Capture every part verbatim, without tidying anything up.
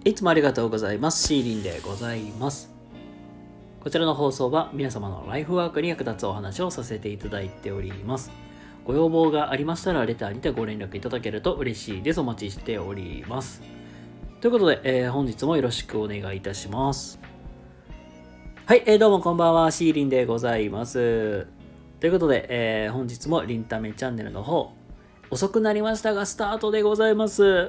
いつもありがとうございます。シーリンでございます。こちらの放送は皆様のライフワークに役立つお話をさせていただいております。ご要望がありましたらレターにてご連絡いただけると嬉しいです。お待ちしております。ということで、えー、本日もよろしくお願いいたします。はい、えー、どうもこんばんは、シーリンでございます。ということで、えー、本日もリンタメチャンネルの方、遅くなりましたがスタートでございます。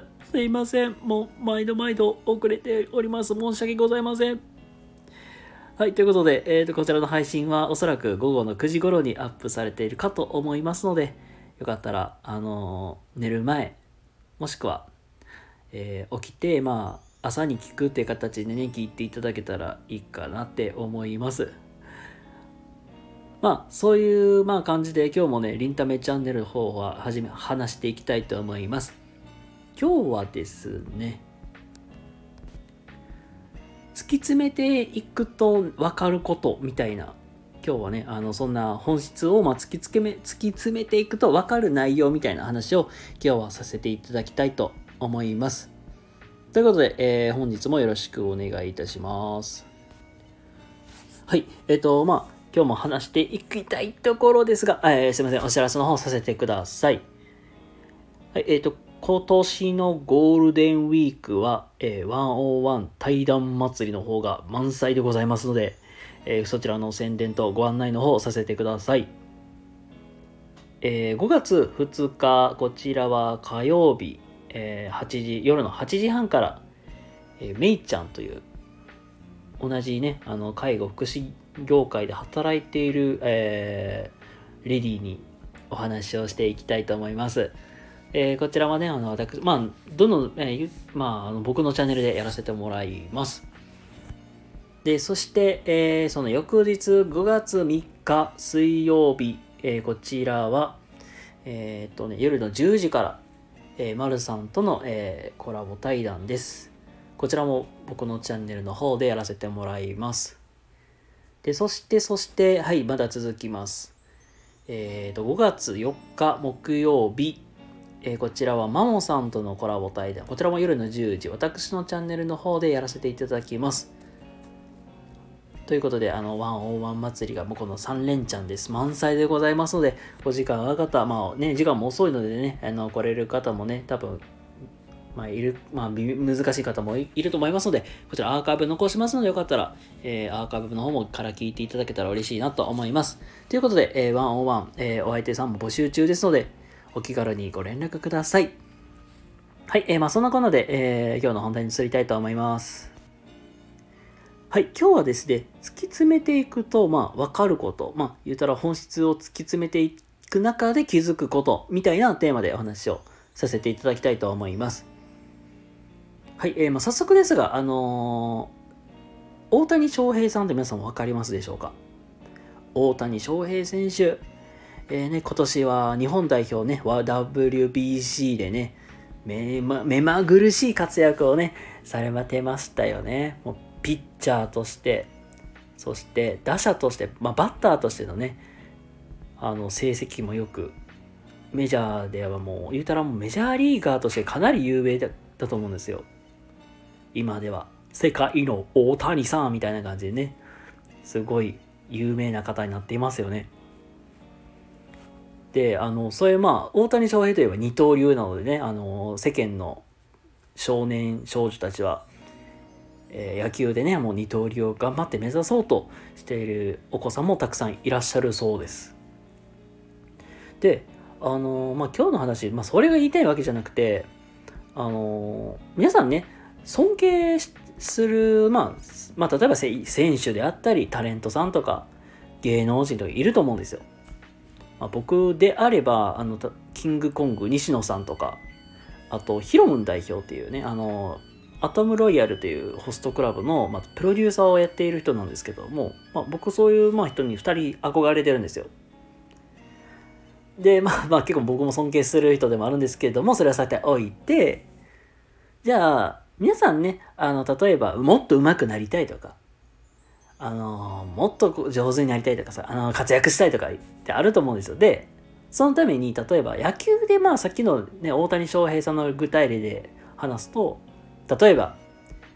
すいません。もう毎度毎度遅れております。申し訳ございません。はい、ということで、えーと、こちらの配信はおそらく午後のくじ頃にアップされているかと思いますので、よかったら、あのー、寝る前、もしくは、えー、起きて、まあ、朝に聞くっていう形でね、聞いていただけたらいいかなって思います。まあ、そういう、まあ、感じで、今日もね、リンタメチャンネルの方は、はじめ、話していきたいと思います。今日はですね、突き詰めていくと分かることみたいな、今日はね、あのそんな本質をまあ突きつけめ突き詰めていくと分かる内容みたいな話を今日はさせていただきたいと思います。ということで、えー、本日もよろしくお願いいたします。はい、えっ、ー、とまあ今日も話していきたいところですが、えー、すいません、お知らせの方させてください。はい、えっ、ー、と今年のゴールデンウィークは、えー、ひゃくいち対談祭りの方が満載でございますので、えー、そちらの宣伝とご案内の方をさせてください。えー、ごがつふつか、こちらは火曜日、えー、はちじ、夜のはちじはんから、えー、めいちゃんという、同じね、あの介護福祉業界で働いている、えー、レディーにお話をしていきたいと思います。えー、こちらはね、あの、私、まあ、どの、えー、まあ、あの僕のチャンネルでやらせてもらいます。で、そして、えー、その翌日、ごがつみっか水曜日、えー、こちらは、えー、っとね、夜のじゅうじから、えー、まるさんとの、えー、コラボ対談です。こちらも僕のチャンネルの方でやらせてもらいます。で、そして、そして、はい、まだ続きます。えー、っと、ごがつよっか木曜日、えー、こちらはマモさんとのコラボ対談。こちらも夜のじゅうじ、私のチャンネルの方でやらせていただきます。ということで、あの、ひゃくいち祭りがもうこのさん連チャンです。満載でございますので、お時間ある方、まあね、時間も遅いのでね、あの、来れる方もね、多分、まあ、いる、まあ、難しい方もいると思いますので、こちらアーカイブ残しますので、よかったら、えー、アーカイブの方もから聞いていただけたら嬉しいなと思います。ということで、えー、ひゃくいち、えー、お相手さんも募集中ですので、お気軽にご連絡ください。はい、えー、まあそんなこんなで、えー、今日の本題に移りたいと思います。はい、今日はですね、突き詰めていくと、まあ分かること、まあ言ったら本質を突き詰めていく中で気づくことみたいなテーマでお話をさせていただきたいと思います。はい、えー、まあ早速ですが、あのー、大谷翔平さんって皆さん分かりますでしょうか？大谷翔平選手、えーね、今年は日本代表ね、ダブリュービーシー でね、目ま、目まぐるしい活躍をね、されてましたよね。もうピッチャーとして、そして打者として、まあ、バッターとしてのね、あの成績もよく、メジャーではもう、言うたらもうメジャーリーガーとしてかなり有名だったと思うんですよ。今では、世界の大谷さんみたいな感じでね、すごい有名な方になっていますよね。で、あの、そういうまあ、大谷翔平といえば二刀流なのでね、あの、世間の少年少女たちは、えー、野球でね、もう二刀流を頑張って目指そうとしているお子さんもたくさんいらっしゃるそうです。で、あのー、まあ、今日の話、まあ、それが言いたいわけじゃなくて、あのー、皆さんね、尊敬する、まあ、まあ、例えば選手であったり、タレントさんとか、芸能人とかいると思うんですよ。まあ、僕であれば、あの、キングコング西野さんとか、あと、ヒロムン代表っていうね、あのー、アトムロイヤルというホストクラブの、まあ、プロデューサーをやっている人なんですけども、まあ、僕そういう、まあ、人にふたり憧れてるんですよ。で、まあ、まあ結構僕も尊敬する人でもあるんですけれども、それはさておいて、じゃあ皆さんね、あの例えばもっと上手くなりたいとか、あのもっと上手になりたいとかさ、あの活躍したいとかってあると思うんですよ。で、そのために例えば野球でまあさっきのね大谷翔平さんの具体例で話すと、例えば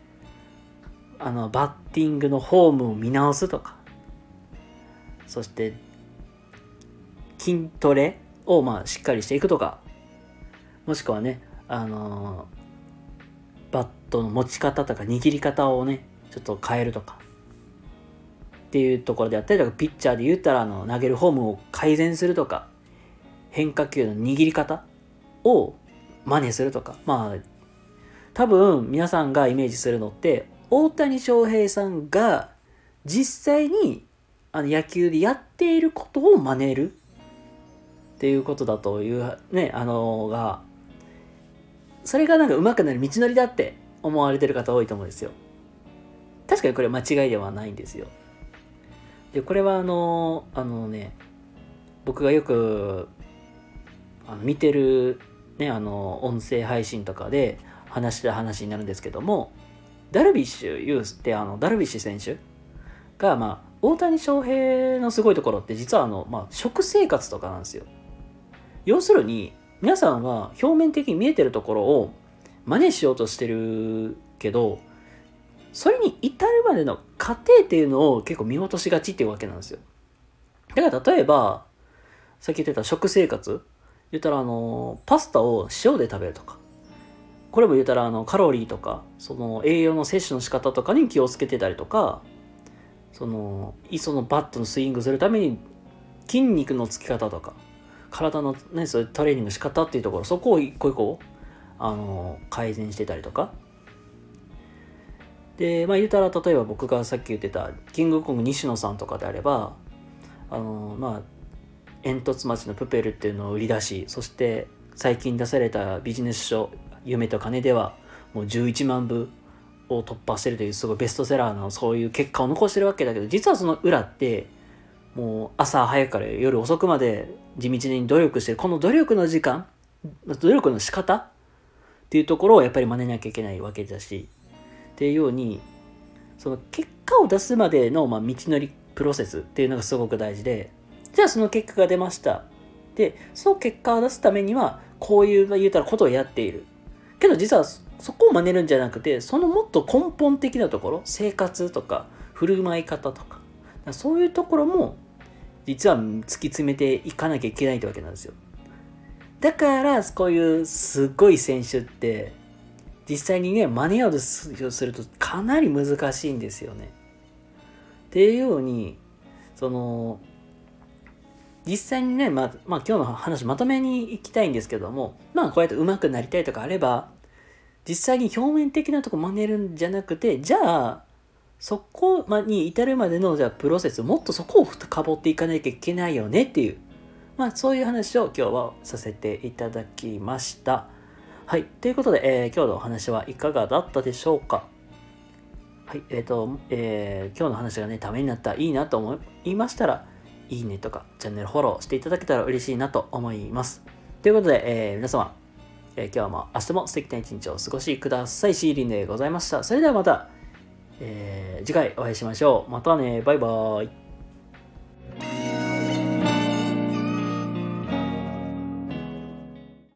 あのバッティングのフォームを見直すとか、そして筋トレをまあしっかりしていくとか、もしくはね、あのー、バットの持ち方とか握り方をねちょっと変えるとかっていうところであったりとか、ピッチャーで言ったらあの投げるフォームを改善するとか、変化球の握り方を真似するとか、まあ多分皆さんがイメージするのって大谷翔平さんが実際にあの野球でやっていることを真似るっていうことだというね、あのがそれがなんか上手くなる道のりだって思われてる方多いと思うんですよ。確かにこれは間違いではないんですよ。でこれはあのあのね僕がよくあの見てるねあの音声配信とかで話した話になるんですけども、ダルビッシュ有ってあのダルビッシュ選手がまあ大谷翔平のすごいところって実はあのまあ食生活とかなんですよ。要するに皆さんは表面的に見えてるところを真似しようとしてるけど、それに至るまでの過程っていうのを結構見落としがちっていうわけなんですよ。だから例えばさっき言ってた食生活言ったらあのパスタを塩で食べるとか、これも言ったらあのカロリーとかその栄養の摂取の仕方とかに気をつけてたりとか、そのそのバットのスイングするために筋肉のつき方とか体のねそういうトレーニングの仕方っていうところ、そこを一個一個あの改善してたりとかで、まあ言ったら例えば僕がさっき言ってたキングコング西野さんとかであれば、あのまあ煙突町のプペルっていうのを売り出し、そして最近出されたビジネス書夢と金ではもうじゅういちまんぶを突破してるというすごいベストセラーのそういう結果を残してるわけだけど、実はその裏ってもう朝早くから夜遅くまで地道に努力してる、この努力の時間努力の仕方っていうところをやっぱり真似なきゃいけないわけだし、っていうようにその結果を出すまでのまあ道のりプロセスっていうのがすごく大事で、じゃあその結果が出ました。でその結果を出すためにはこういう言うたらことをやっているけど、実はそこを真似るんじゃなくて、そのもっと根本的なところ、生活とか振る舞い方とか、そういうところも実は突き詰めていかなきゃいけないってわけなんですよ。だからこういうすごい選手って実際にね真似ようとするとかなり難しいんですよね。っていうようにその実際にね、まあ、まあ今日の話まとめに行きたいんですけども、まあこうやって上手くなりたいとかあれば、実際に表面的なとこ真似るんじゃなくて、じゃあそこに至るまでのじゃあプロセス、もっとそこを深掘っていかなきゃいけないよねっていう、まあそういう話を今日はさせていただきました。はい、ということで、えー、今日のお話はいかがだったでしょうか。はい、えっ、ー、と、えー、今日の話がねためになった、いいなと思いましたら、いいねとかチャンネルフォローしていただけたら嬉しいなと思います。ということで、えー、皆様、えー、今日も明日も素敵な一日をお過ごしください。シーリンでございました。それではまた、えー、次回お会いしましょう。またね。バイバーイ。